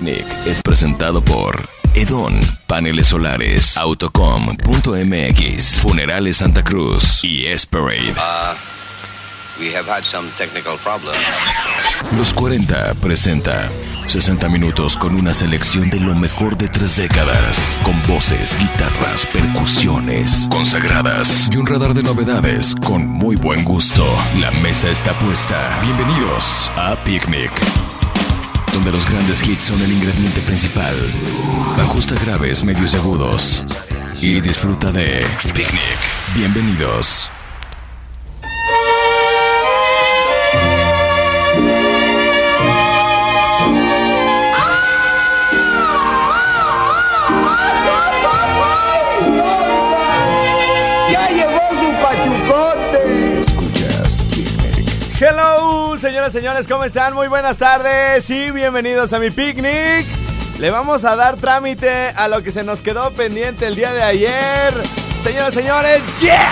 Picnic es presentado por Edon, Paneles Solares, Autocom.mx, Funerales Santa Cruz y Esperade. We have had some technical problems. Los 40 presenta 60 minutos con una selección de lo mejor de 3 décadas, con voces, guitarras, percusiones consagradas y un radar de novedades con muy buen gusto. La mesa está puesta. Bienvenidos a Picnic, donde los grandes hits son el ingrediente principal. Ajusta graves, medios y agudos y disfruta de Picnic. Bienvenidos. Hello, señoras y señores, ¿cómo están? Muy buenas tardes y bienvenidos a mi Picnic. Le vamos a dar trámite a lo que se nos quedó pendiente el día de ayer. Señoras y señores, ¡yeah!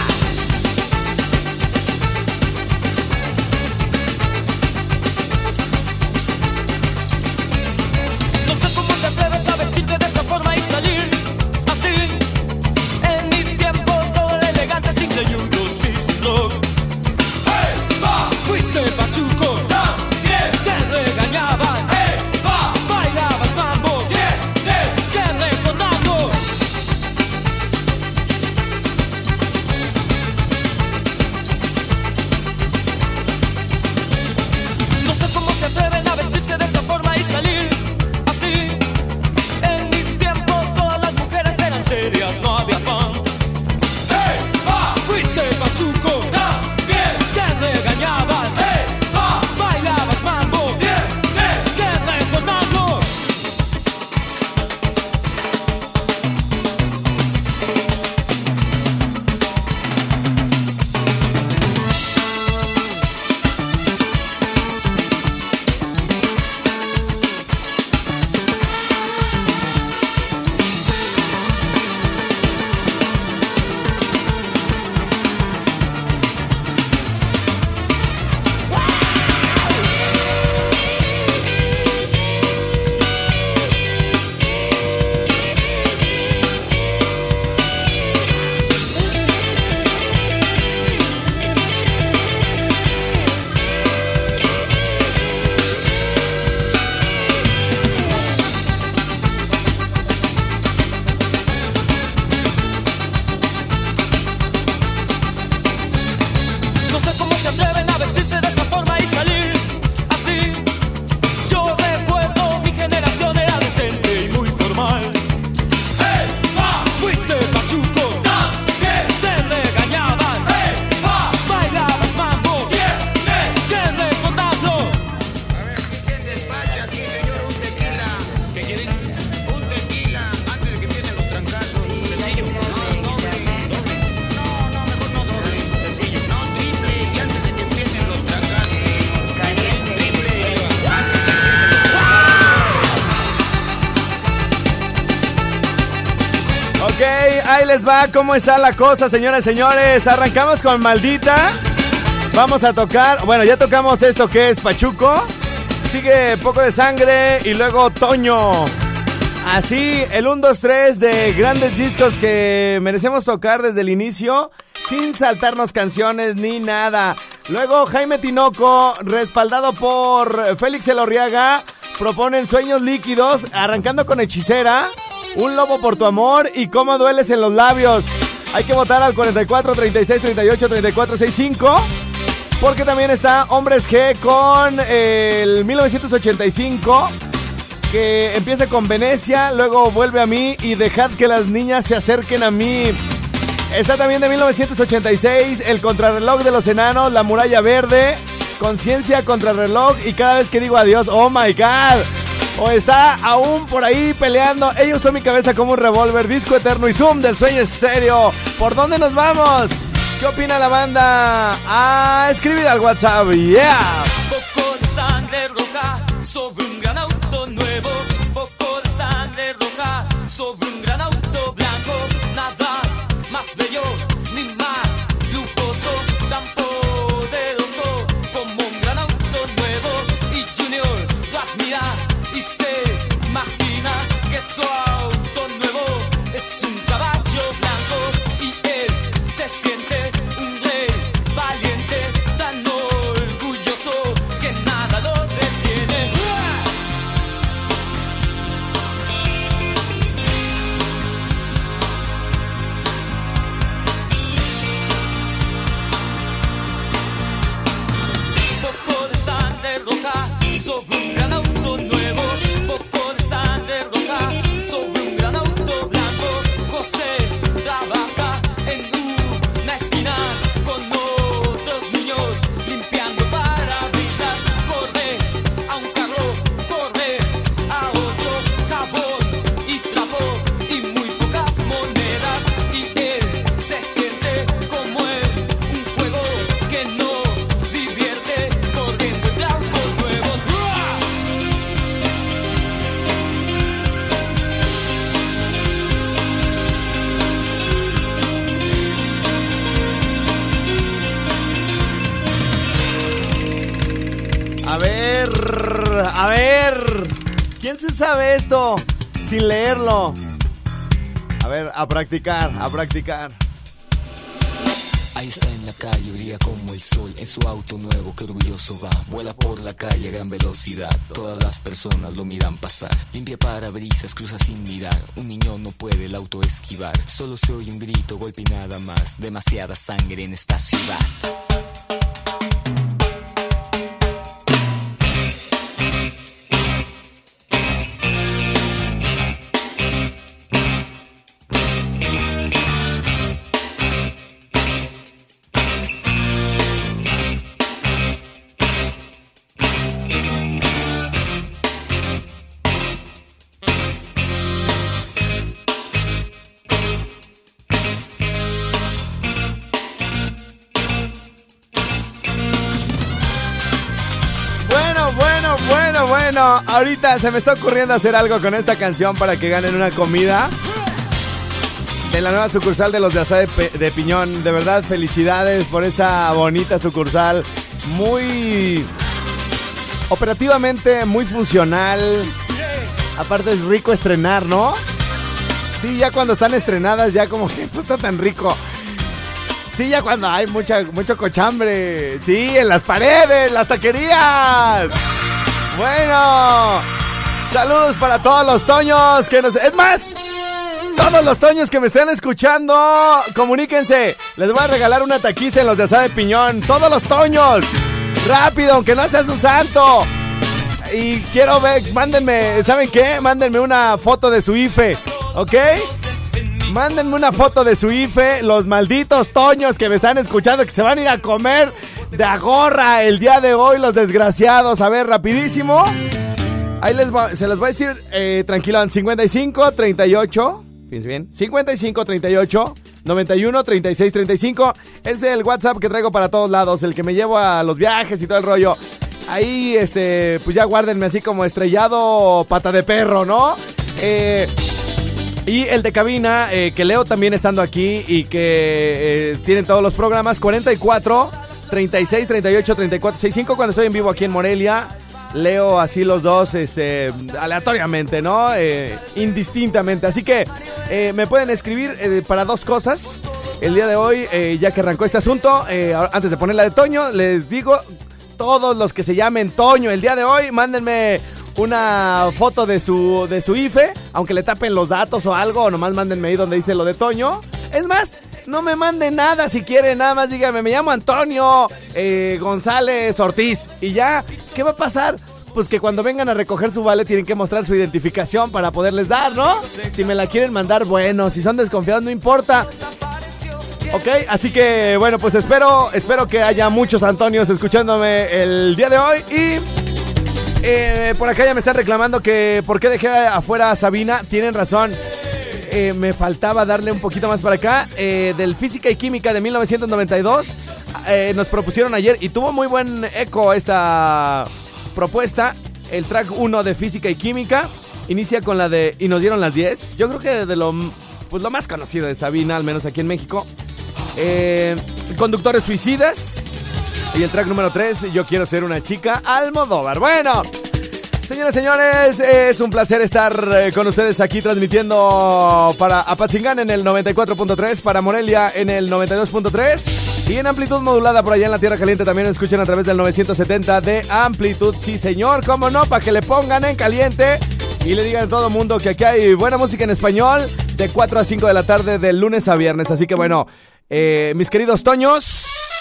No sé cómo te atreves a vestirte de esa forma y salir así. En mis tiempos todo era elegante, sin creyudos y sin rock. Fuiste pachuco, también te regañaban, bailabas mambo, tienes que recordarlo. No sé cómo se atreven a vestirse de esa forma y salir así. En mis tiempos todas las mujeres eran serias, no había pan. Fuiste pachuco, también te regañaban. Bailabas mambo, tienes que recordarlo. No sé cómo se atreven a vestirse de esa forma y salir así. Yo recuerdo mi generación era decente y muy formal. Fuiste pachuco, también te regañaban. Bailabas mambo, tienes que recordarlo. A ver, ¿quién despacha aquí, señor? Un tequila. ¿Qué quieren? Un tequila antes de que empiecen los trancazos. Sencillo. No, doble. No, mejor no doble. Sencillo. No, triple. Y antes de que empiecen los trancazos. Caliente. Triple. Ok, ahí les va cómo está la cosa, señoras y señores. Arrancamos con Maldita. Vamos a tocar, bueno, ya tocamos esto que es Pachuco. Sigue Poco de Sangre y luego Toño. Así, el 1, 2, 3 de grandes discos que merecemos tocar desde el inicio, sin saltarnos canciones ni nada. Luego Jaime Tinoco, respaldado por Félix Elorriaga, proponen Sueños Líquidos, arrancando con Hechicera, Un Lobo por tu Amor y Cómo Dueles en los Labios. Hay que votar al 44 36 38 34 65, porque también está Hombres G con el 1985, que empieza con Venecia, luego Vuelve a mí y Dejad que las niñas se acerquen a mí. Está también de 1986 El Contrarreloj de los Enanos, La Muralla Verde, Conciencia, Contrarreloj y Cada vez que digo adiós. Oh my god. O está aún por ahí peleando Ella usó mi cabeza como un revólver, Disco Eterno y Zoom del Sueño es Serio. ¿Por dónde nos vamos? ¿Qué opina la banda? Escribir al WhatsApp. Yeah. Poco de sangre roja sobre un gran auto nuevo. Poco de sangre roja sobre un gran auto blanco. Nada más bello ni más lujoso, tan poderoso como un gran auto nuevo. Y Junior lo admira y se Su auto nuevo es un caballo blanco y él se siente un rey valiente, tan orgulloso que nada lo detiene. Poco de sangre roja sobre un gran auto nuevo, poco de sangre roja sobre un gran auto blanco. José trabaja en una esquina con otros niños limpiando parabrisas. Corre a un carro, corre a otro, jabón y trapo y muy pocas monedas. Y él se siente como en un juego que no divierte, corriendo entre autos nuevos. A ver, ¿quién se sabe esto sin leerlo? A ver, a practicar. Ahí está en la calle, brilla como el sol en su auto nuevo, que orgulloso va. Vuela por la calle a gran velocidad, todas las personas lo miran pasar. Limpia parabrisas, cruza sin mirar, un niño no puede el auto esquivar. Solo se oye un grito, golpe y nada más, demasiada sangre en esta ciudad. Bueno, ahorita se me está ocurriendo hacer algo con esta canción para que ganen una comida de la nueva sucursal de los de Asada de Piñón. De verdad, felicidades por esa bonita sucursal. Muy operativamente, muy funcional. Aparte es rico estrenar, ¿no? Sí, ya cuando están estrenadas ya como que no está tan rico. Sí, ya cuando hay mucho cochambre. Sí, en las paredes, las taquerías. Bueno, saludos para todos los toños que nos... Es más, todos los toños que me estén escuchando, comuníquense. Les voy a regalar una taquiza en los de Asada de Piñón. Todos los toños. Rápido, aunque no seas un santo. Y quiero ver, mándenme, ¿saben qué? Mándenme una foto de su IFE, ¿ok? Mándenme una foto de su IFE, los malditos toños que me están escuchando, que se van a ir a comer de agorra el día de hoy, los desgraciados. A ver, rapidísimo. Ahí se los voy a decir, tranquilo, 55 38, fíjense bien, 55 38 91 36 35. Es el WhatsApp que traigo para todos lados, el que me llevo a los viajes y todo el rollo. Ahí, pues ya guárdenme así como estrellado pata de perro, ¿no? Y el de cabina, que leo también estando aquí y que tienen todos los programas, 44 36 38 34 65. Cuando estoy en vivo aquí en Morelia, leo así los dos, aleatoriamente, ¿no? Indistintamente. Así que me pueden escribir para dos cosas. El día de hoy, ya que arrancó este asunto, antes de poner la de Toño, les digo, todos los que se llamen Toño el día de hoy, mándenme una foto de su IFE, aunque le tapen los datos o algo, o nomás mándenme ahí donde dice lo de Toño. Es más, no me manden nada si quieren, nada más díganme, me llamo Antonio González Ortiz. Y ya, ¿qué va a pasar? Pues que cuando vengan a recoger su vale tienen que mostrar su identificación para poderles dar, ¿no? Si me la quieren mandar, bueno, si son desconfiados no importa. Ok, así que bueno, pues espero que haya muchos Antonios escuchándome el día de hoy. Y por acá ya me están reclamando que por qué dejé afuera a Sabina. Tienen razón, me faltaba darle un poquito más para acá. Del Física y Química de 1992 nos propusieron ayer y tuvo muy buen eco esta propuesta. El track 1 de Física y Química inicia con la de Y nos dieron las 10. Yo creo que de lo más conocido de Sabina, al menos aquí en México. Conductores suicidas. Y el track número 3, Yo quiero ser una chica, Almodóvar. Bueno, Señoras y señores, es un placer estar con ustedes aquí transmitiendo para Apatzingán en el 94.3, para Morelia en el 92.3 y en amplitud modulada por allá en la Tierra Caliente también escuchan a través del 970 de amplitud. Sí, señor, cómo no, para que le pongan en caliente y le digan a todo mundo que aquí hay buena música en español de 4 a 5 de la tarde de lunes a viernes. Así que bueno, mis queridos toños,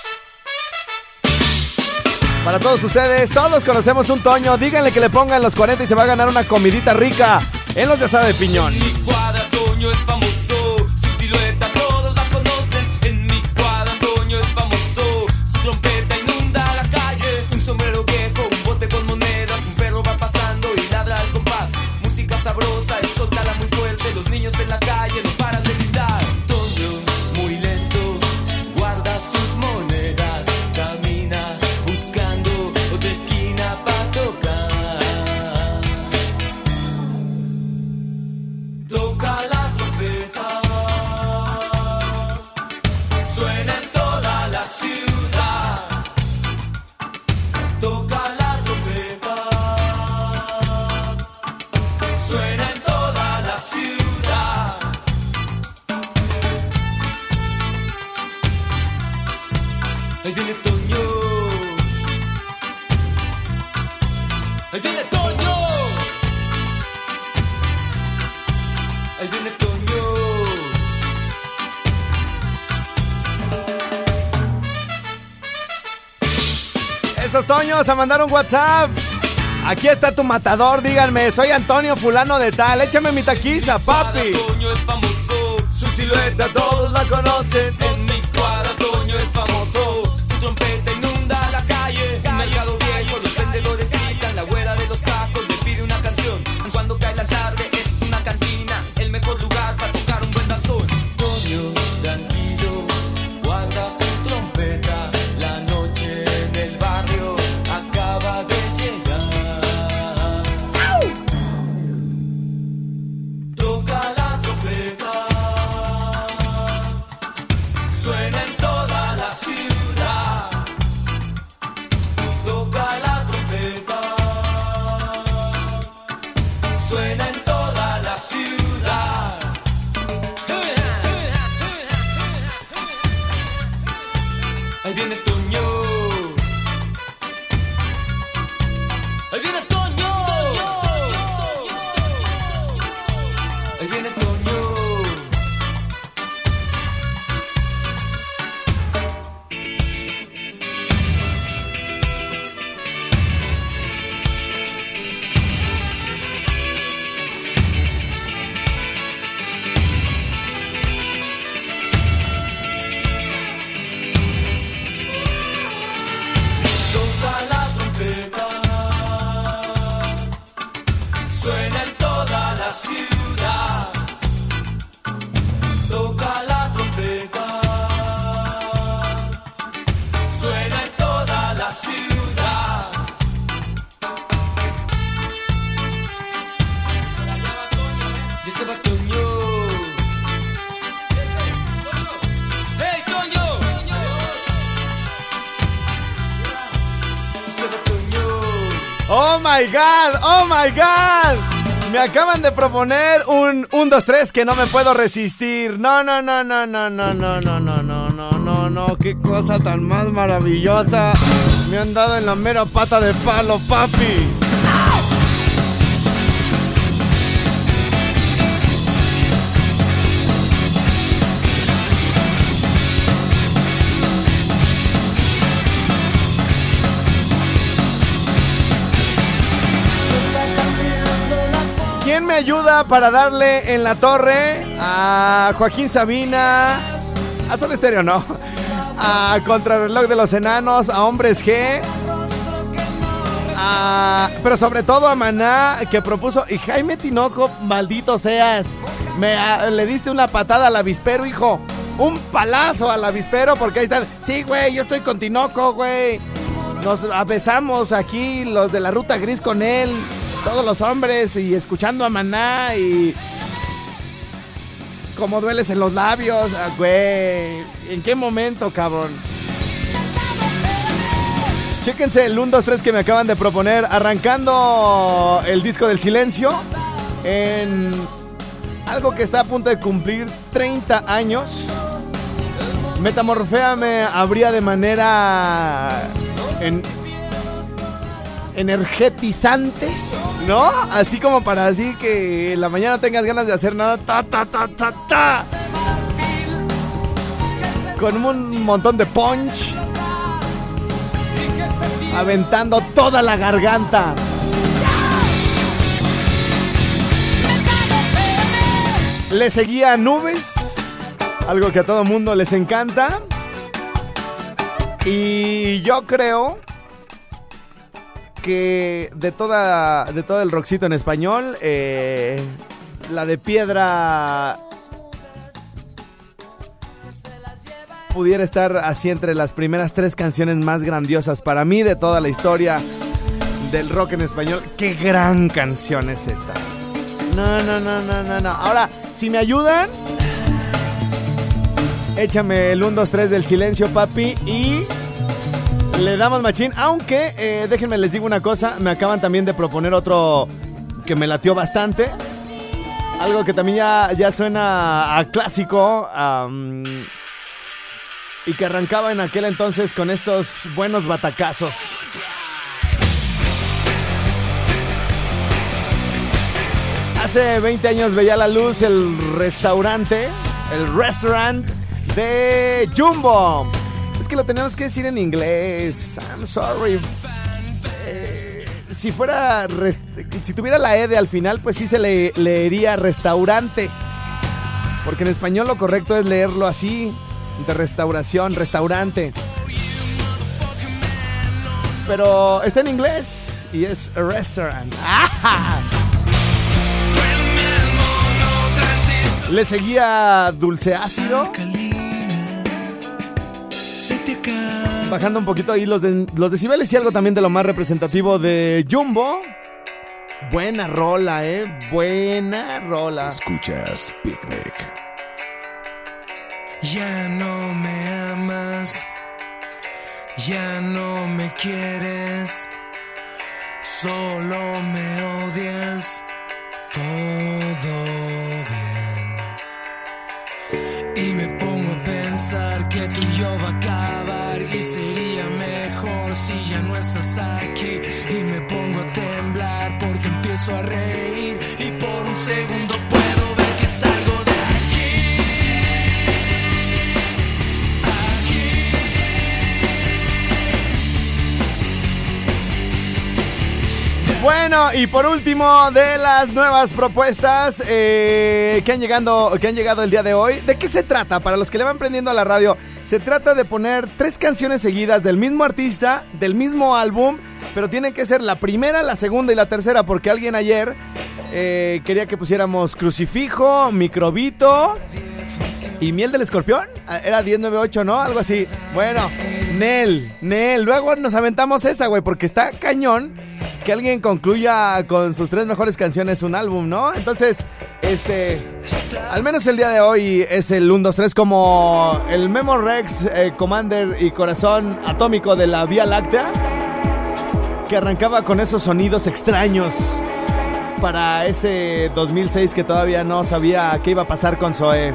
para todos ustedes, todos conocemos un Toño. Díganle que le pongan los 40 y se va a ganar una comidita rica en los de asada de piñón. En mi cuadra Toño es famoso, su silueta todos la conocen. En mi cuadra Toño es famoso, su trompeta inunda la calle. Un sombrero viejo, un bote con monedas, un perro va pasando y ladra al compás. Música sabrosa y sótala muy fuerte, los niños en la calle no paran de gritar. Toño, muy lento, guarda sus monedas, camina buscando otra esquina para tocar. Toca la trompeta, suena en toda la ciudad. Toca la trompeta, suena en toda la ciudad. Ahí viene Toño. Ahí viene Toño. Ahí viene Toño. Esos Toños a mandar un WhatsApp. Aquí está tu matador, díganme, soy Antonio fulano de tal, échame mi taquiza, papi. Toño es famoso, su silueta todos la conocen. En mi cuadra Toño es famoso, su trompeta inunda la calle. Un mercado viejo, los vendedores gritan, la güera de los tacos le pide una canción. Cuando cae la tarde es una cantina, el mejor lugar para tocar un buen danzón. Toño, tranquilo, guarda su trompeta, la noche en el barrio acaba de llegar. Toca la trompeta, suena en toda la ciudad. Toca la trompeta, suena en toda la ciudad. Ahí viene Toño. Ahí viene Toño. Ahí viene Toño. Toca la trompeta, suena en toda la ciudad. Toca la trompeta, suena en toda la ciudad. Ya se va Toño. ¡Hey, Toño! Ya se va Toño. Oh my God, oh my God. Me acaban de proponer un 1, 2, 3 que no me puedo resistir. No, no, no, no, no, no, no, no, no, no, no, no, no, qué cosa tan más maravillosa. Me han dado en la mera pata de palo, papi. ¿Quién me ayuda para darle en la torre a Joaquín Sabina? A Soda Stereo, no. A Contrarreloj de los Enanos, a Hombres G. Pero sobre todo a Maná, que propuso. Y Jaime Tinoco, maldito seas. Le diste una patada al avispero, hijo. Un palazo al avispero, porque ahí están. Sí, güey, yo estoy con Tinoco, güey. Nos besamos aquí, los de la Ruta Gris con él. Todos los hombres y escuchando a Maná y cómo dueles en los labios, güey. ¿En qué momento, cabrón? Chéquense el 1, 2, 3 que me acaban de proponer. Arrancando el disco del silencio en algo que está a punto de cumplir 30 años. Metamorfea me abría de manera energetizante, ¿no? Así como para así que en la mañana tengas ganas de hacer nada. Con un montón de punch. Aventando toda la garganta. Le seguía Nubes, algo que a todo mundo les encanta. Y yo creo que de todo el rockcito en español, la de Piedra pudiera estar así entre las primeras 3 canciones más grandiosas para mí de toda la historia del rock en español. ¡Qué gran canción es esta! No. Ahora, si me ayudan, échame el 1, 2, 3 del silencio, papi, y le damos machín. Aunque, déjenme les digo una cosa, me acaban también de proponer otro que me latió bastante. Algo que también ya suena a clásico, y que arrancaba en aquel entonces con estos buenos batacazos. Hace 20 años veía la luz el restaurant de Jumbo. Es que lo tenemos que decir en inglés. I'm sorry. Si tuviera la E de al final, pues sí se leería restaurante. Porque en español lo correcto es leerlo así. De restauración, restaurante. Pero está en inglés y es a restaurant. ¡Ah! Le seguía Dulce Ácido. Bajando un poquito ahí los decibeles y algo también de lo más representativo de Jumbo. Buena rola, buena rola. Escuchas Picnic. Ya no me amas, ya no me quieres, solo me odias, todo bien. Y me pongo a pensar que tú y yo va a acabar y sería mejor si ya no estás aquí. Y me pongo a temblar porque empiezo a reír y por un segundo puedo ver que salgo de Bueno, y por último de las nuevas propuestas que han llegado el día de hoy. ¿De qué se trata? Para los que le van prendiendo a la radio, se trata de poner 3 canciones seguidas del mismo artista, del mismo álbum, pero tienen que ser la primera, la segunda y la tercera, porque alguien ayer quería que pusiéramos Crucifijo, Microbito y Miel del Escorpión. Era 1098, ¿no? Algo así. Bueno, Nel. Luego nos aventamos esa, güey, porque está cañón que alguien concluya con sus 3 mejores canciones un álbum, ¿no? Entonces, al menos el día de hoy es el 1, 2, 3 como el Memo Rex, Commander y Corazón Atómico de la Vía Láctea, que arrancaba con esos sonidos extraños para ese 2006 que todavía no sabía qué iba a pasar con Zoé.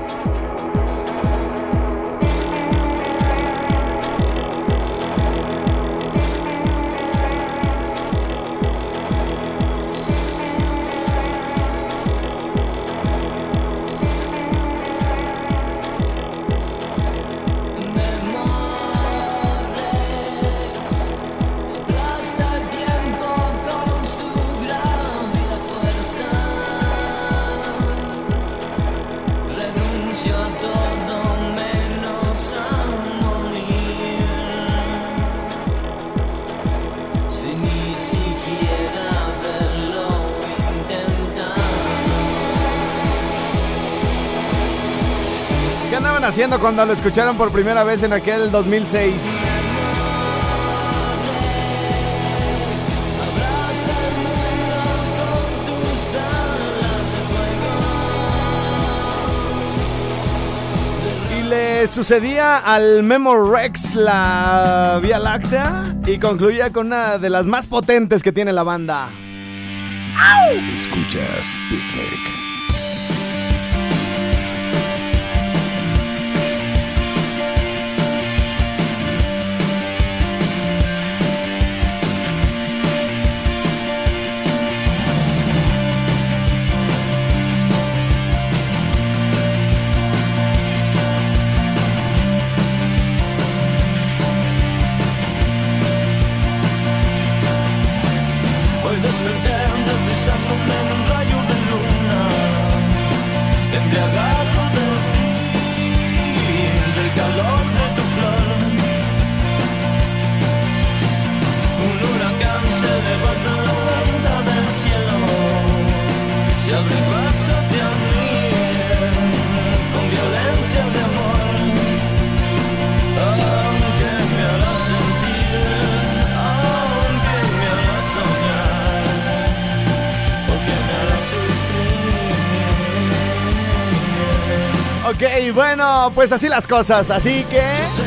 Haciendo cuando lo escucharon por primera vez en aquel 2006. Y le sucedía al Memo Rex la Vía Láctea y concluía con una de las más potentes que tiene la banda. ¡Au! Escuchas Picnic. Deslizándome en un rayo de luna, embriagado de ti, del calor de tu flor. Un huracán se levanta a la vuelta del cielo, se abre paso hacia mí, con violencia de amor, aunque me haga sentir, aunque me haga soñar. Ok, bueno, pues así las cosas, así que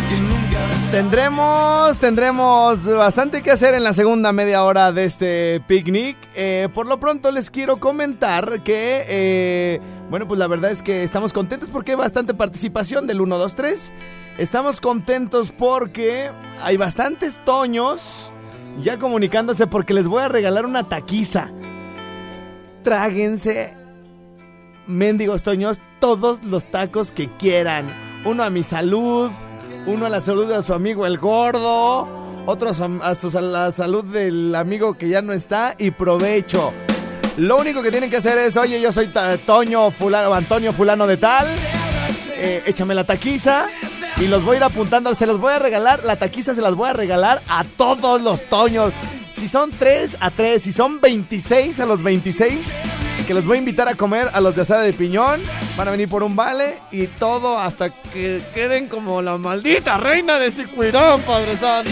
tendremos bastante que hacer en la segunda media hora de este picnic. Por lo pronto les quiero comentar que, bueno, pues la verdad es que estamos contentos porque hay bastante participación del 1, 2, 3. Estamos contentos porque hay bastantes toños ya comunicándose porque les voy a regalar una taquiza. Tráguense, mendigos toños, todos los tacos que quieran. Uno a mi salud, uno a la salud de su amigo el gordo, otro a la salud del amigo que ya no está, y provecho. Lo único que tienen que hacer es: oye, yo soy Toño fulano, Antonio fulano de tal, échame la taquiza y los voy a ir apuntando. Se los voy a regalar, la taquiza se las voy a regalar a todos los toños. Si son 3 a 3, si son 26 a los 26, que los voy a invitar a comer a los de asada de piñón. Van a venir por un vale y todo hasta que queden como la maldita reina de Sicuirán, Padre Santo.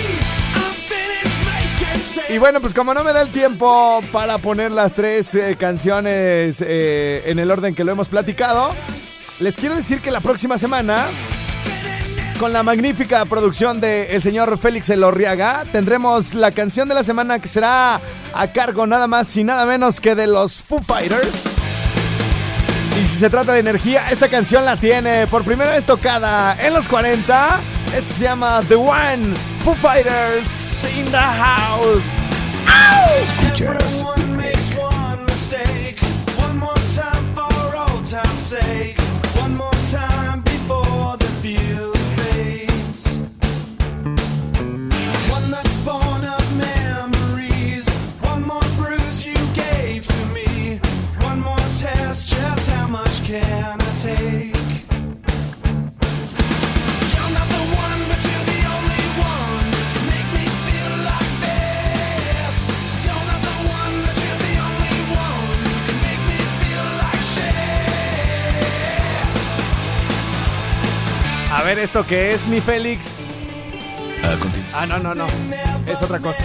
Y bueno, pues como no me da el tiempo para poner las 3 canciones en el orden que lo hemos platicado, les quiero decir que la próxima semana, con la magnífica producción del señor Félix Elorriaga, tendremos la canción de la semana, que será a cargo nada más y nada menos que de los Foo Fighters. Y si se trata de energía, esta canción la tiene por primera vez tocada en los 40. Esto se llama The One, Foo Fighters in the House. ¡Au! Escuchas A ver, ¿esto qué es, mi Félix? No. Es otra cosa.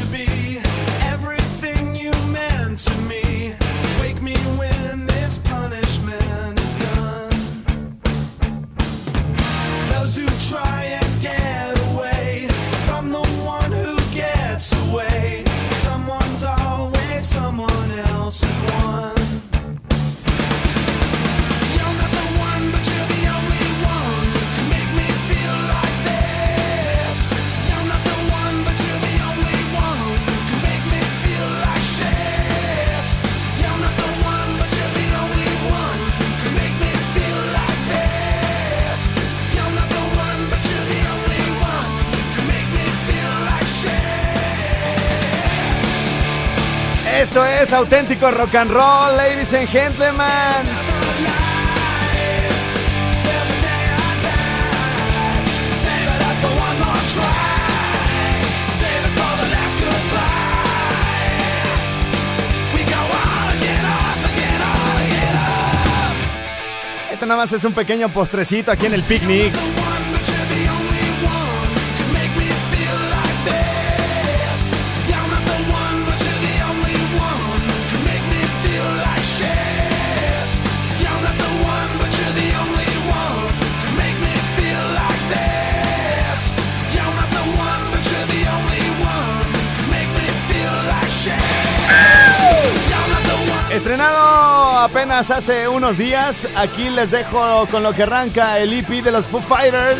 Esto es auténtico rock and roll, ladies and gentlemen. Esto nada más es un pequeño postrecito aquí en el picnic. apenas hace unos días. Aquí les dejo con lo que arranca el EP de los Foo Fighters.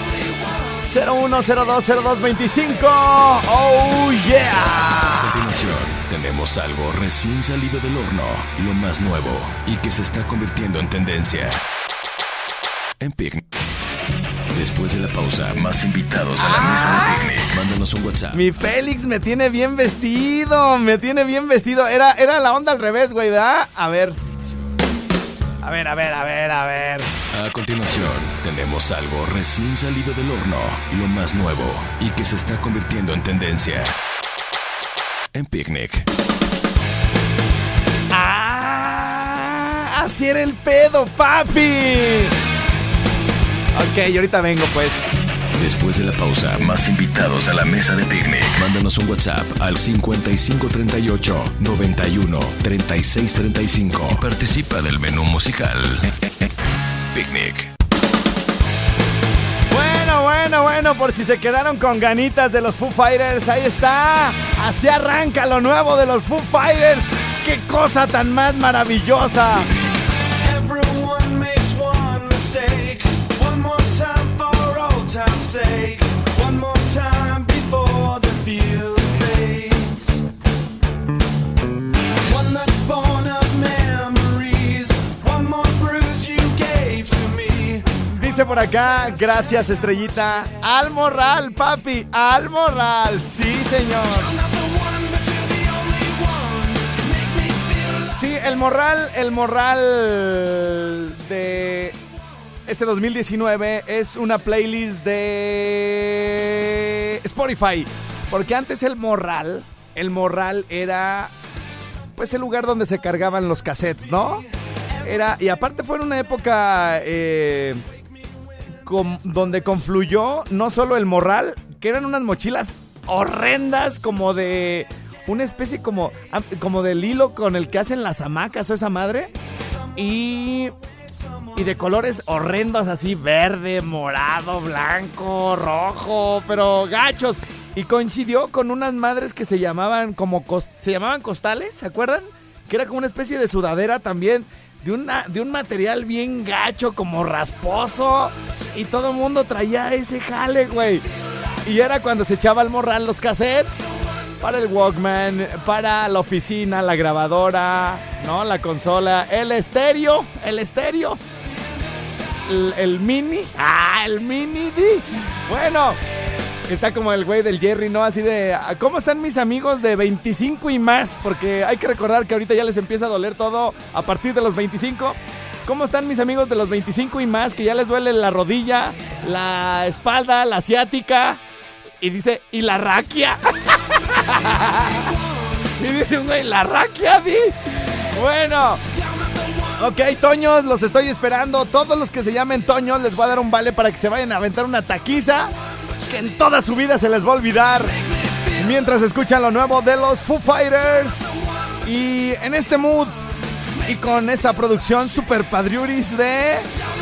01020225. Oh yeah. A continuación, tenemos algo recién salido del horno, lo más nuevo y que se está convirtiendo en tendencia. En Picnic. Después de la pausa, más invitados a la mesa de Picnic. Mándanos un WhatsApp. Mi Félix me tiene bien vestido. Era la onda al revés, güey, ¿verdad? A ver. A continuación, tenemos algo recién salido del horno, lo más nuevo y que se está convirtiendo en tendencia. En Picnic. Así era el pedo, papi. Ok, ahorita vengo, pues. Después de la pausa, más invitados a la mesa de Picnic. Mándanos un WhatsApp al 5538 91 36 35 y participa del menú musical. Picnic. Bueno, por si se quedaron con ganitas de los Foo Fighters, ahí está. Así arranca lo nuevo de los Foo Fighters. ¡Qué cosa tan más maravillosa! Everyone makes one mistake. One more time for old time's sake. One more time before the feeling fades. One that's born of memories. One more bruise you gave to me. Dice por acá, gracias Estrellita. Al Morral, papi, al Morral. Sí, señor. Sí, el Morral de este 2019 es una playlist de Spotify. Porque antes el Morral era pues el lugar donde se cargaban los cassettes, ¿no? Y aparte fue en una época donde confluyó no solo el Morral, que eran unas mochilas horrendas como de una especie como del hilo con el que hacen las hamacas o esa madre. Y de colores horrendos así, verde, morado, blanco, rojo, pero gachos. Y coincidió con unas madres que se llamaban costales, ¿se acuerdan? Que era como una especie de sudadera también, de un material bien gacho, como rasposo. Y todo el mundo traía ese jale, güey. Y era cuando se echaba al Morral los cassettes. Para el Walkman, para la oficina, la grabadora, ¿no? La consola, el estéreo. El mini. El mini D. Bueno, está como el güey del Jerry, ¿no? Así de, ¿cómo están mis amigos de 25 y más? Porque hay que recordar que ahorita ya les empieza a doler todo a partir de los 25. ¿Cómo están mis amigos de los 25 y más? Que ya les duele la rodilla, la espalda, la ciática. Y dice, ¿y la raquia? Y dice un güey, ¿la raquia, di? Bueno. Ok, Toños, los estoy esperando. Todos los que se llamen Toños les voy a dar un vale para que se vayan a aventar una taquiza que en toda su vida se les va a olvidar. Mientras escuchan lo nuevo de los Foo Fighters. Y en este mood y con esta producción super padriuris de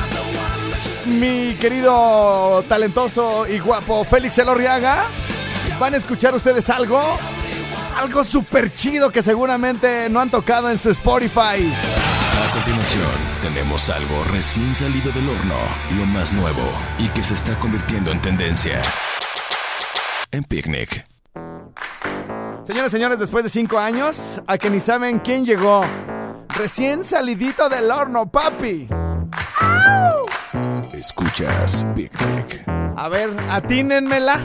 mi querido, talentoso y guapo Félix Elorriaga, van a escuchar ustedes algo súper chido que seguramente no han tocado en su Spotify. A continuación, tenemos algo recién salido del horno, lo más nuevo y que se está convirtiendo en tendencia. En Picnic. Señoras y señores, después de 5 años, a que ni saben quién llegó. Recién salidito del horno, papi. ¡Au! Escuchas Picnic. A ver, atínenmela.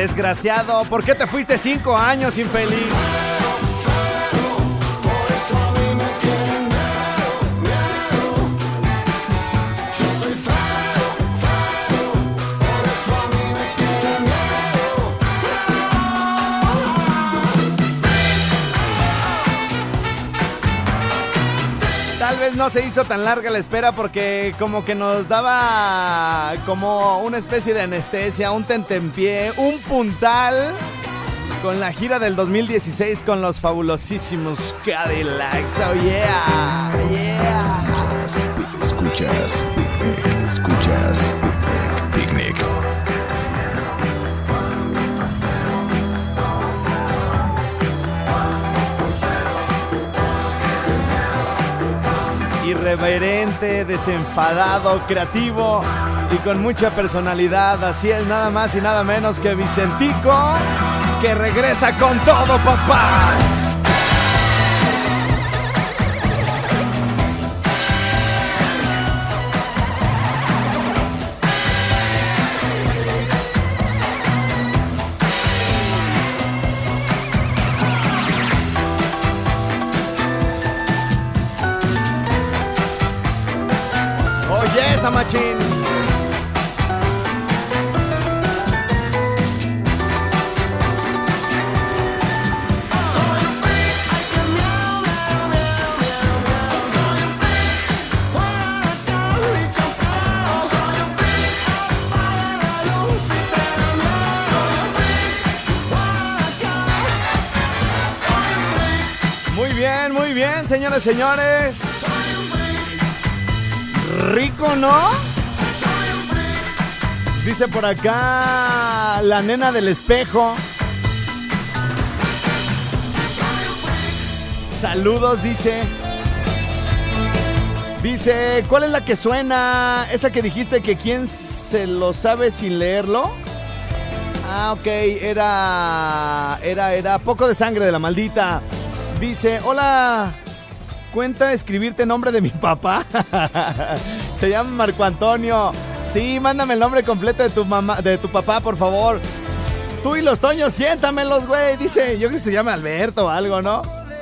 Desgraciado, ¿por qué te fuiste 5 años, infeliz? Tal vez no se hizo tan larga la espera porque como que nos daba como una especie de anestesia, un tentempié, un puntal con la gira del 2016 con los fabulosísimos Cadillacs. Oh yeah, yeah. Escuchas Picnic, escuchas Picnic. Irreverente, desenfadado, creativo y con mucha personalidad. Así es, nada más y nada menos que Vicentico, que regresa con todo, papá. Esa machín. Muy bien, señores, señores. Rico, ¿no? Dice por acá la nena del espejo. Saludos, dice. Dice, ¿cuál es la que suena? Esa que dijiste que quién se lo sabe sin leerlo. Ah, ok, era Poco de Sangre de La Maldita. Dice, hola, cuenta escribirte nombre de mi papá. Se llama Marco Antonio. Sí, mándame el nombre completo de tu mamá, de tu papá, por favor. Tú y los Toños, siéntamelos, güey. Dice, yo creo que se llama Alberto o algo, ¿no?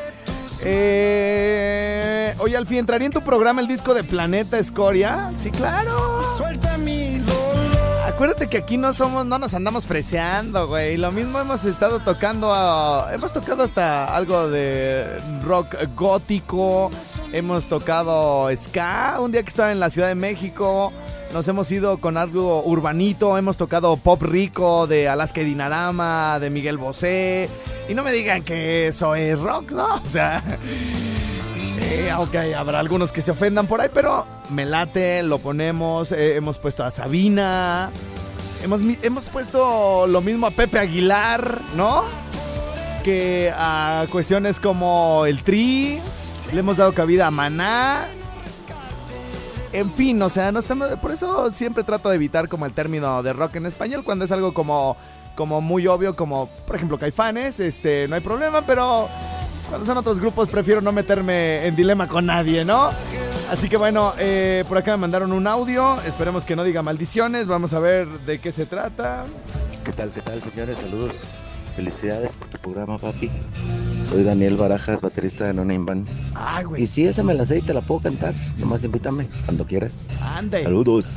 Oye, Alfie, ¿entraría en tu programa el disco de Planeta Escoria? Sí, claro. Suelta mi dolor. Acuérdate que aquí no nos andamos freseando, güey. Lo mismo hemos estado tocando, hemos tocado hasta algo de rock gótico, hemos tocado ska, un día que estaba en la Ciudad de México, nos hemos ido con algo urbanito, hemos tocado pop rico de Alaska y Dinarama, de Miguel Bosé, y no me digan que eso es rock, ¿no? O sea, ok, habrá algunos que se ofendan por ahí, pero me late, lo ponemos, hemos puesto a Sabina, hemos puesto lo mismo a Pepe Aguilar, ¿no? Que a cuestiones como el Tri, le hemos dado cabida a Maná. En fin, o sea, no estamos, por eso siempre trato de evitar como el término de rock en español cuando es algo como muy obvio, como por ejemplo Caifanes, no hay problema, pero cuando son otros grupos prefiero no meterme en dilema con nadie, ¿no? Así que bueno, por acá me mandaron un audio, esperemos que no diga maldiciones, vamos a ver de qué se trata. ¿Qué tal, señores? Saludos. Felicidades por tu programa, papi. Soy Daniel Barajas, baterista de No Name Band. Ay, güey. Y si esa me la sé y te la puedo cantar, nomás invítame cuando quieras. Ande. Saludos.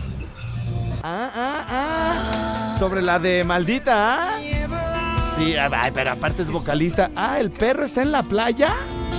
Sobre la de Maldita, ¿ah? Sí, ay, pero aparte es vocalista. Ah, el perro está en la playa.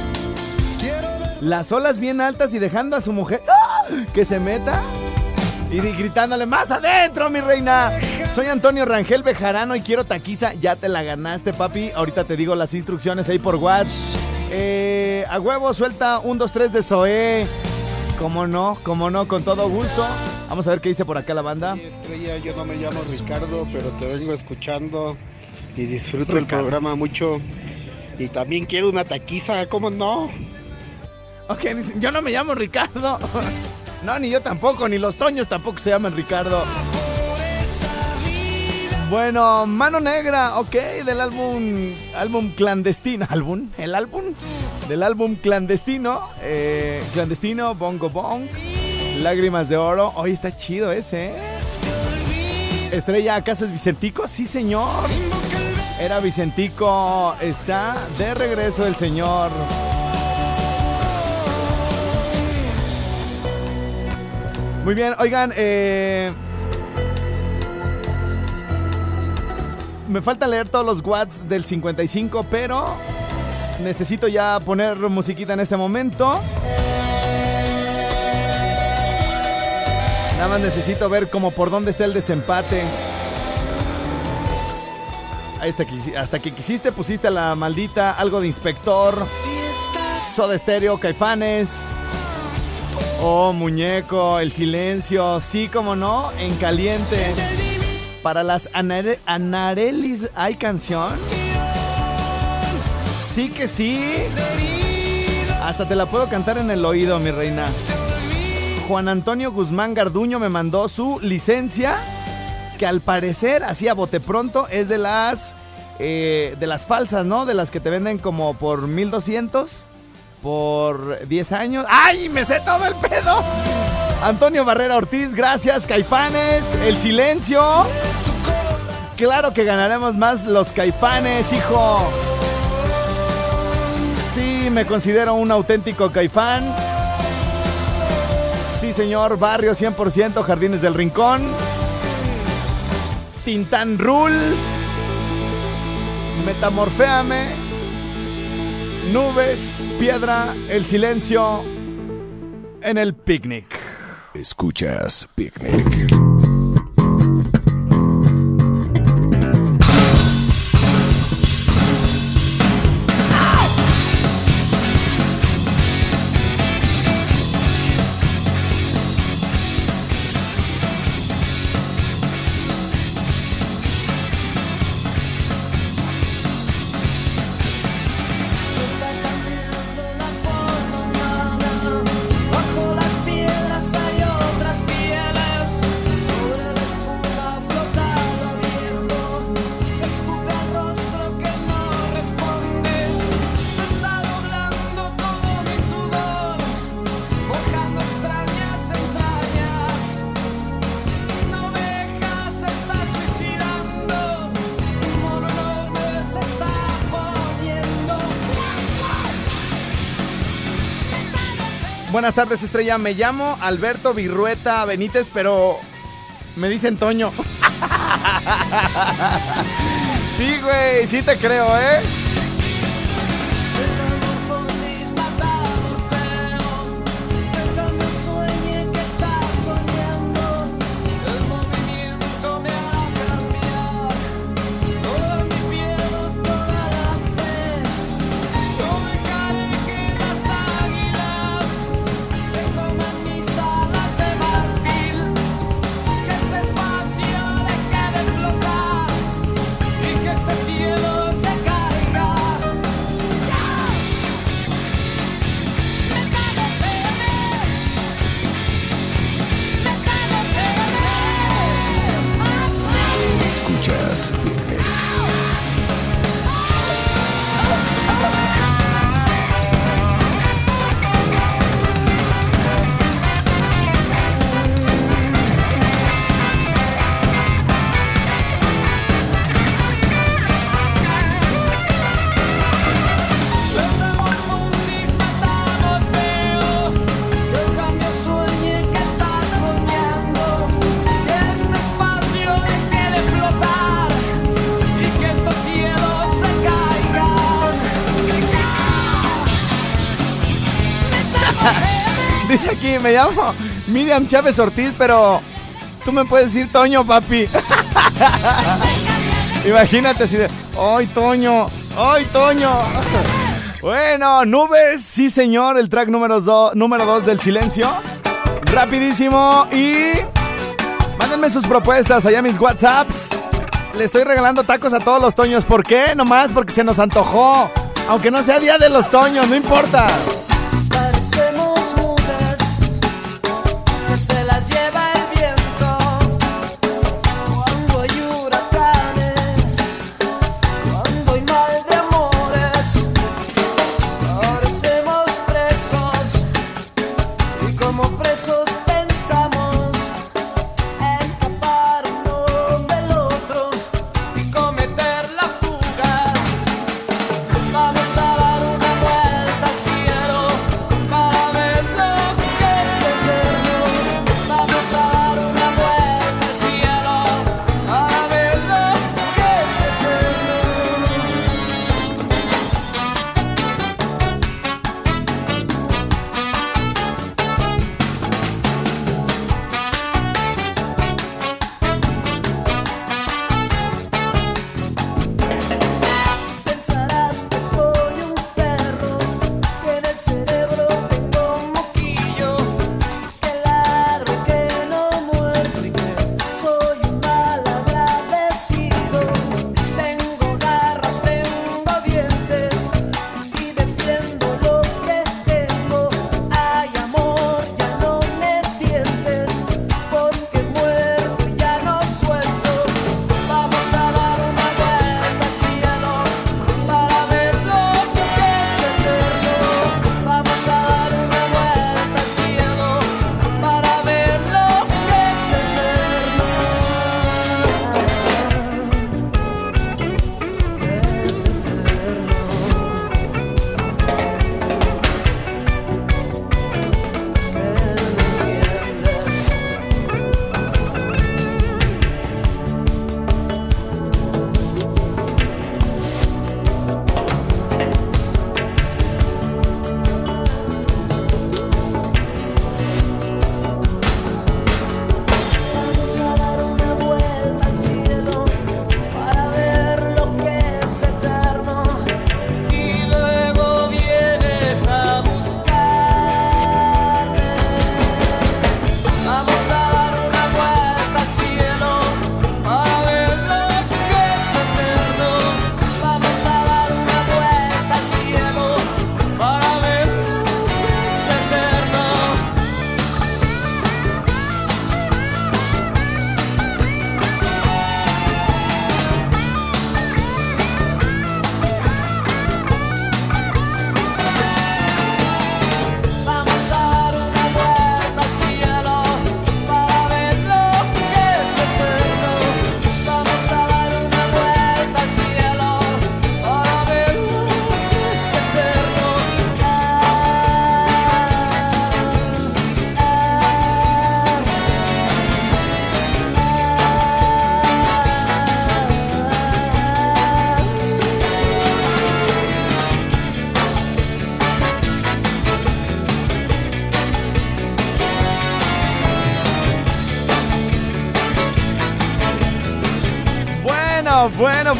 Las olas bien altas y dejando a su mujer que se meta y gritándole más adentro, mi reina. Soy Antonio Rangel Bejarano y quiero taquiza. Ya te la ganaste, papi. Ahorita te digo las instrucciones ahí por WhatsApp. A huevo, suelta 1, 2, 3 de Zoé. ¿Cómo no? Con todo gusto. Vamos a ver qué dice por acá la banda. Sí, Estrella, yo no me llamo Ricardo, pero te vengo escuchando y disfruto el programa mucho. Y también quiero una taquiza, ¿cómo no? Ok, yo no me llamo Ricardo. No, ni yo tampoco, ni los Toños tampoco se llaman Ricardo. Bueno, Mano Negra, ok, del álbum clandestino. ¿El álbum? Del álbum clandestino. Clandestino, Bongo Bong, Lágrimas de Oro. Hoy está chido ese, ¿eh? Estrella, ¿acaso es Vicentico? Sí, señor. Era Vicentico. Está de regreso el señor. Muy bien, oigan, me falta leer todos los watts del 55, pero necesito ya poner musiquita en este momento. Nada más necesito ver como por dónde está el desempate. Ahí está, hasta que quisiste pusiste a la maldita, algo de Inspector, Soda Stereo, Caifanes. Oh, muñeco, El Silencio. Sí, como no, en caliente. Para las Anarelis, ¿hay canción? Sí que sí. Hasta te la puedo cantar en el oído, mi reina. Juan Antonio Guzmán Garduño me mandó su licencia, que al parecer, así a bote pronto, es de las falsas, ¿no? De las que te venden como por 1,200 por 10 años. ¡Ay, me sé todo el pedo! Antonio Barrera Ortiz, gracias. Caifanes, El Silencio. Claro que ganaremos más los Caifanes, hijo. Sí, me considero un auténtico Caifán. Sí, señor. Barrio 100%, Jardines del Rincón. Tintán Rules. Metamorféame. Nubes, Piedra, El Silencio en el Picnic. Escuchas Picnic. Buenas tardes, Estrella. Me llamo Alberto Virrueta Benítez, pero me dicen Toño. Sí, güey, sí te creo, ¿eh? Dice aquí, me llamo Miriam Chávez Ortiz, pero tú me puedes decir Toño, papi. Imagínate así de, ¡ay, Toño! ¡Ay, Toño! Bueno, Nubes, sí señor, el track número 2 del Silencio. Rapidísimo y mándenme sus propuestas allá a mis WhatsApps. Le estoy regalando tacos a todos los Toños. ¿Por qué? Nomás porque se nos antojó. Aunque no sea día de los Toños, no importa. Se las lleva el viento cuando hay huracanes, cuando hay mal de amores. Parecemos presos y como presos pensamos escapar o no Bueno.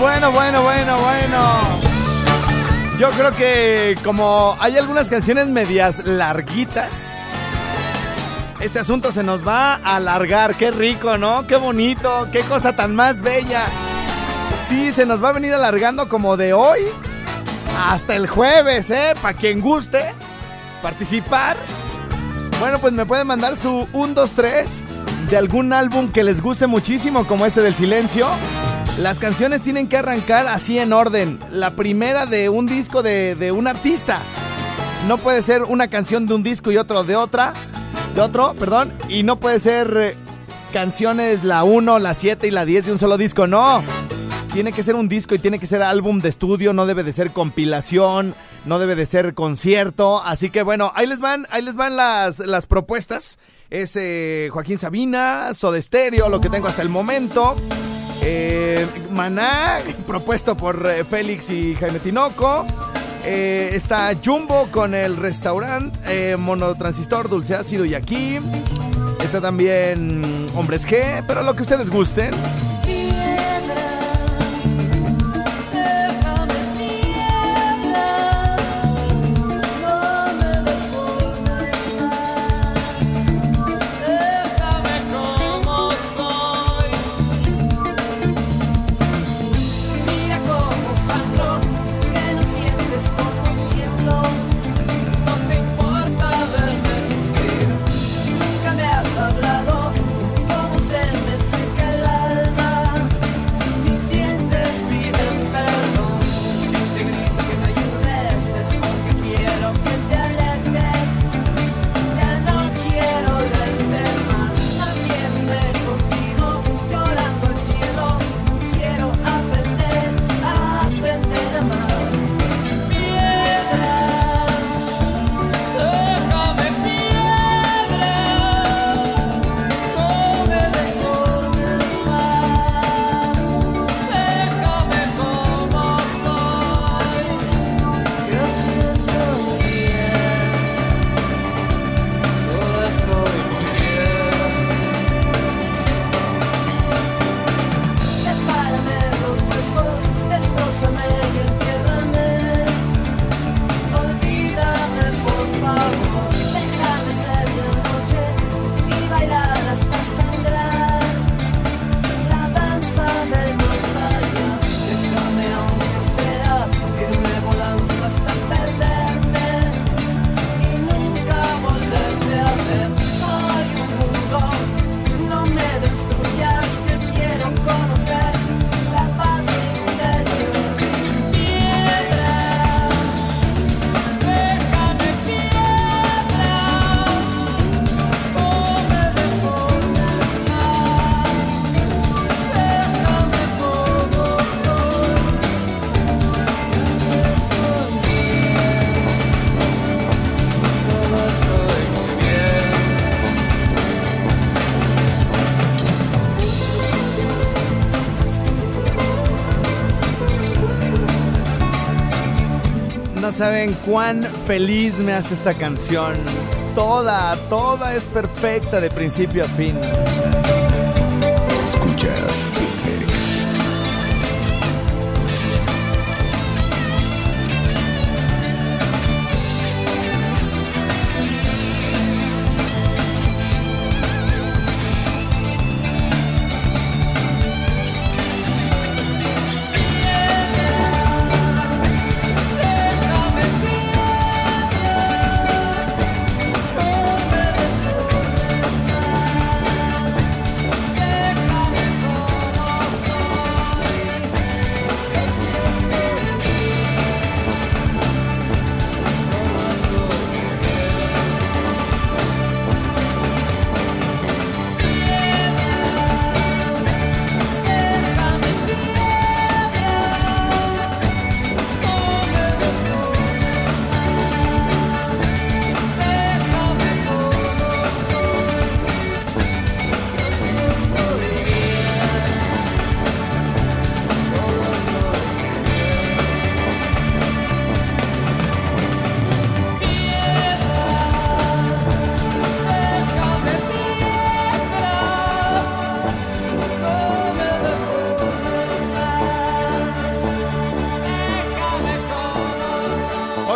Yo creo que como hay algunas canciones medias larguitas, este asunto se nos va a alargar. Qué rico, ¿no? Qué bonito, qué cosa tan más bella. Sí, se nos va a venir alargando como de hoy hasta el jueves, para quien guste participar. Bueno, pues me pueden mandar su 1, 2, 3 de algún álbum que les guste muchísimo, como este del Silencio. Las canciones tienen que arrancar así en orden. La primera de un disco de un artista. No puede ser una canción de un disco y otro de otro, y no puede ser canciones la 1, la 7 y la 10 de un solo disco, no. Tiene que ser un disco y tiene que ser álbum de estudio, no debe de ser compilación, no debe de ser concierto. Así que bueno, ahí les van las propuestas. Es Joaquín Sabina, Soda Stereo, lo que tengo hasta el momento. Maná, propuesto por Félix y Jaime Tinoco. Está Jumbo con El Restaurante, Monotransistor, Dulce Ácido y Aquí. Está también Hombres G, pero lo que ustedes gusten. No saben cuán feliz me hace esta canción. Toda es perfecta de principio a fin. Escuchas Bootleg.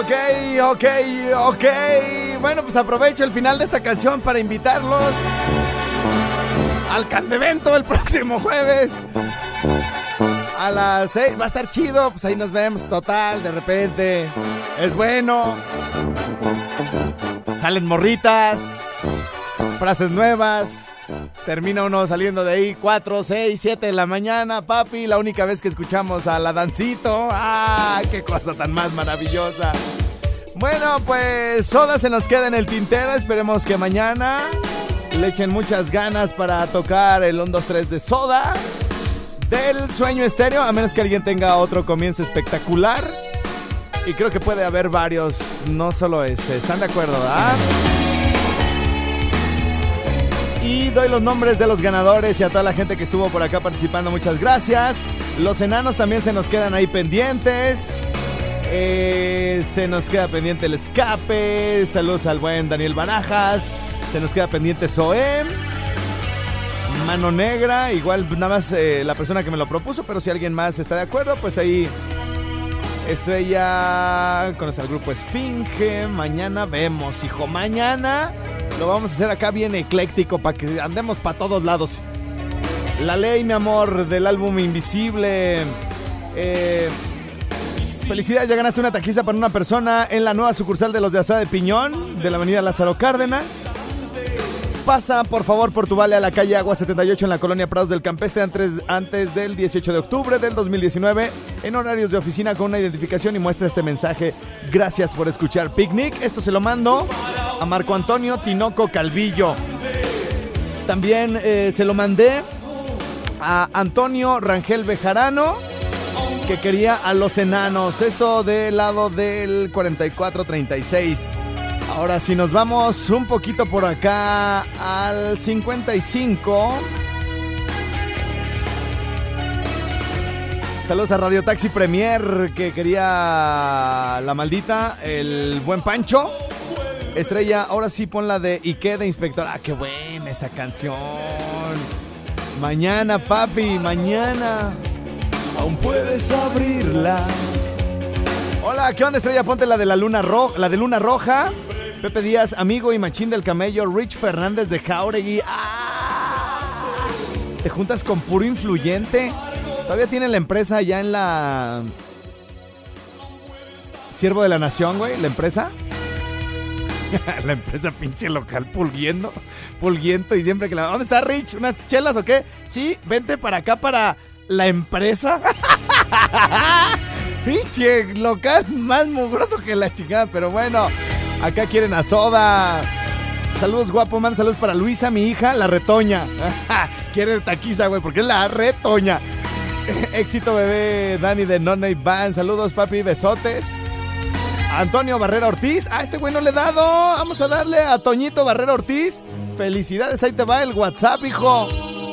Ok. Bueno, pues aprovecho el final de esta canción para invitarlos al Candevento el próximo jueves a las 6. Va a estar chido, pues ahí nos vemos. Total, de repente es bueno. Salen morritas, frases nuevas. Termina uno saliendo de ahí 4, 6, 7 de la mañana, papi. La única vez que escuchamos a la Dancito. ¡Ah, qué cosa tan más maravillosa! Bueno, pues Soda se nos queda en el tintero. Esperemos que mañana le echen muchas ganas para tocar el 1, 2, 3 de Soda del Sueño Estéreo, a menos que alguien tenga otro comienzo espectacular. Y creo que puede haber varios, no solo ese. ¿Están de acuerdo, verdad? Y doy los nombres de los ganadores y a toda la gente que estuvo por acá participando, muchas gracias. Los enanos también se nos quedan ahí pendientes. Se nos queda pendiente el escape. Saludos al buen Daniel Barajas. Se nos queda pendiente Zoé. Mano Negra. Igual nada más la persona que me lo propuso, pero si alguien más está de acuerdo, pues ahí. Estrella, conoce al grupo Esfinge. Mañana vemos, hijo. Mañana lo vamos a hacer acá bien ecléctico para que andemos para todos lados. La Ley, mi amor, del álbum Invisible. Felicidades, ya ganaste una taquiza para una persona en la nueva sucursal de los de Asada de Piñón, de la avenida Lázaro Cárdenas. Pasa, por favor, por tu vale a la calle Agua 78 en la colonia Prados del Campestre antes del 18 de octubre del 2019 en horarios de oficina con una identificación y muestra este mensaje. Gracias por escuchar Picnic. Esto se lo mando a Marco Antonio Tinoco Calvillo. También se lo mandé a Antonio Rangel Bejarano, que quería a los enanos. Esto del lado del 4436. Ahora si nos vamos un poquito por acá al 55. Saludos a Radio Taxi Premier, que quería la maldita, el buen Pancho. Estrella, ahora sí pon la de Ike de Inspector. Ah, qué buena esa canción. Mañana, papi, mañana. Aún puedes abrirla. Hola, ¿qué onda, Estrella? Ponte la de la Luna Roja, la de Luna Roja. Pepe Díaz, amigo y machín del camello. Rich Fernández de Jauregui. ¡Ah! ¿Te juntas con puro influyente? Todavía tiene la empresa allá en la Siervo de la Nación, güey, la empresa. La empresa pinche local pulguiento y siempre que la... ¿Dónde está Rich? ¿Unas chelas o qué? Sí, vente para acá para la empresa. Pinche local más mugroso que la chingada, pero bueno, acá quieren a Soda. Saludos, guapo, man, saludos para Luisa, mi hija, la retoña. Quiere taquiza, güey, porque es la retoña. Éxito, bebé, Dani de Nonay Band. Saludos, papi, besotes. Antonio Barrera Ortiz. Ah, este güey no le he dado. Vamos a darle a Toñito Barrera Ortiz. Felicidades, ahí te va el WhatsApp, hijo.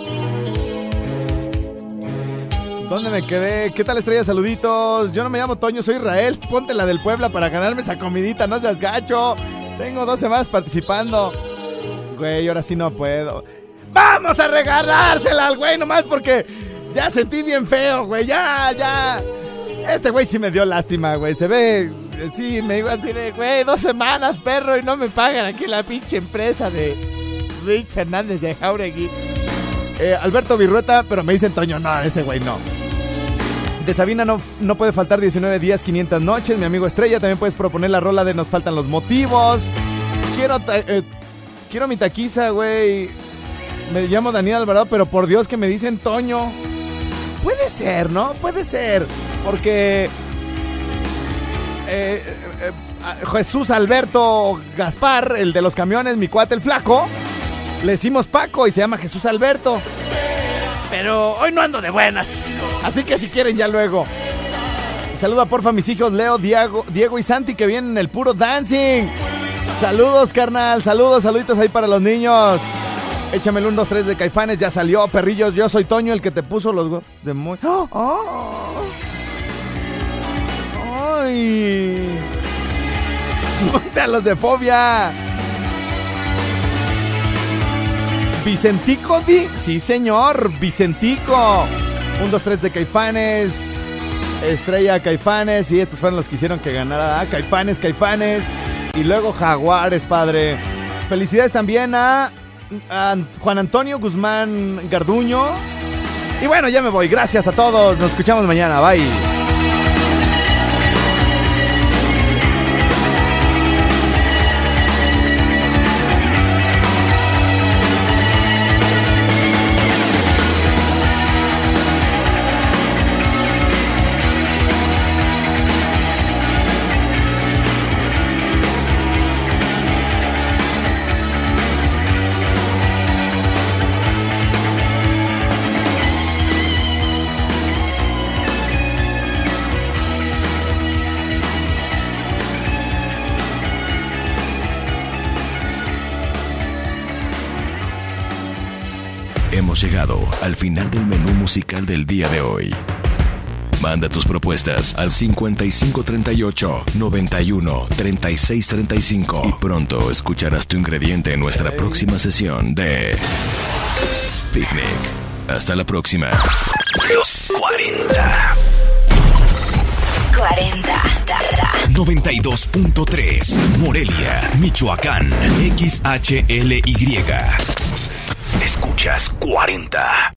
¿Dónde me quedé? ¿Qué tal, Estrella? Saluditos. Yo no me llamo Toño, soy Israel. Ponte la del Puebla para ganarme esa comidita, no seas gacho. Tengo 2 semanas participando. Güey, ahora sí no puedo. ¡Vamos a regalársela al güey nomás porque ya sentí bien feo, güey! Ya. Este güey sí me dio lástima, güey. Se ve... Sí, me digo así de, güey, 2 semanas, perro, y no me pagan aquí la pinche empresa de Rich Fernández de Jauregui. Alberto Virrueta, pero me dicen Toño, no, ese güey no. De Sabina no puede faltar 19 días, 500 noches. Mi amigo Estrella, también puedes proponer la rola de Nos Faltan los Motivos. Quiero mi taquiza, güey. Me llamo Daniel Alvarado, pero por Dios que me dicen Toño. Puede ser, ¿no? Puede ser. Porque Jesús Alberto Gaspar, el de los camiones, mi cuate el flaco, le decimos Paco y se llama Jesús Alberto. Pero hoy no ando de buenas, así que si quieren ya luego. Saluda porfa a mis hijos Leo, Diego y Santi, que vienen en el puro dancing. Saludos, carnal, saluditos ahí para los niños. Échame el 1, 2, 3 de Caifanes, ya salió, perrillos. Yo soy Toño, el que te puso los de muy... ¡Ay! Ponte a los de Fobia. Vicentico, sí señor, Vicentico. 1, 2, 3 de Caifanes. Estrella, Caifanes, y estos fueron los que hicieron que ganara Caifanes. Y luego Jaguares, padre. Felicidades también a Juan Antonio Guzmán Garduño. Y bueno, ya me voy. Gracias a todos. Nos escuchamos mañana. Bye. Hemos llegado al final del menú musical del día de hoy. Manda tus propuestas al 5538 91 36 35 y pronto escucharás tu ingrediente en nuestra próxima sesión de Picnic. Hasta la próxima. Los 40. 92.3 Morelia, Michoacán, XHLY. Escuchas 40.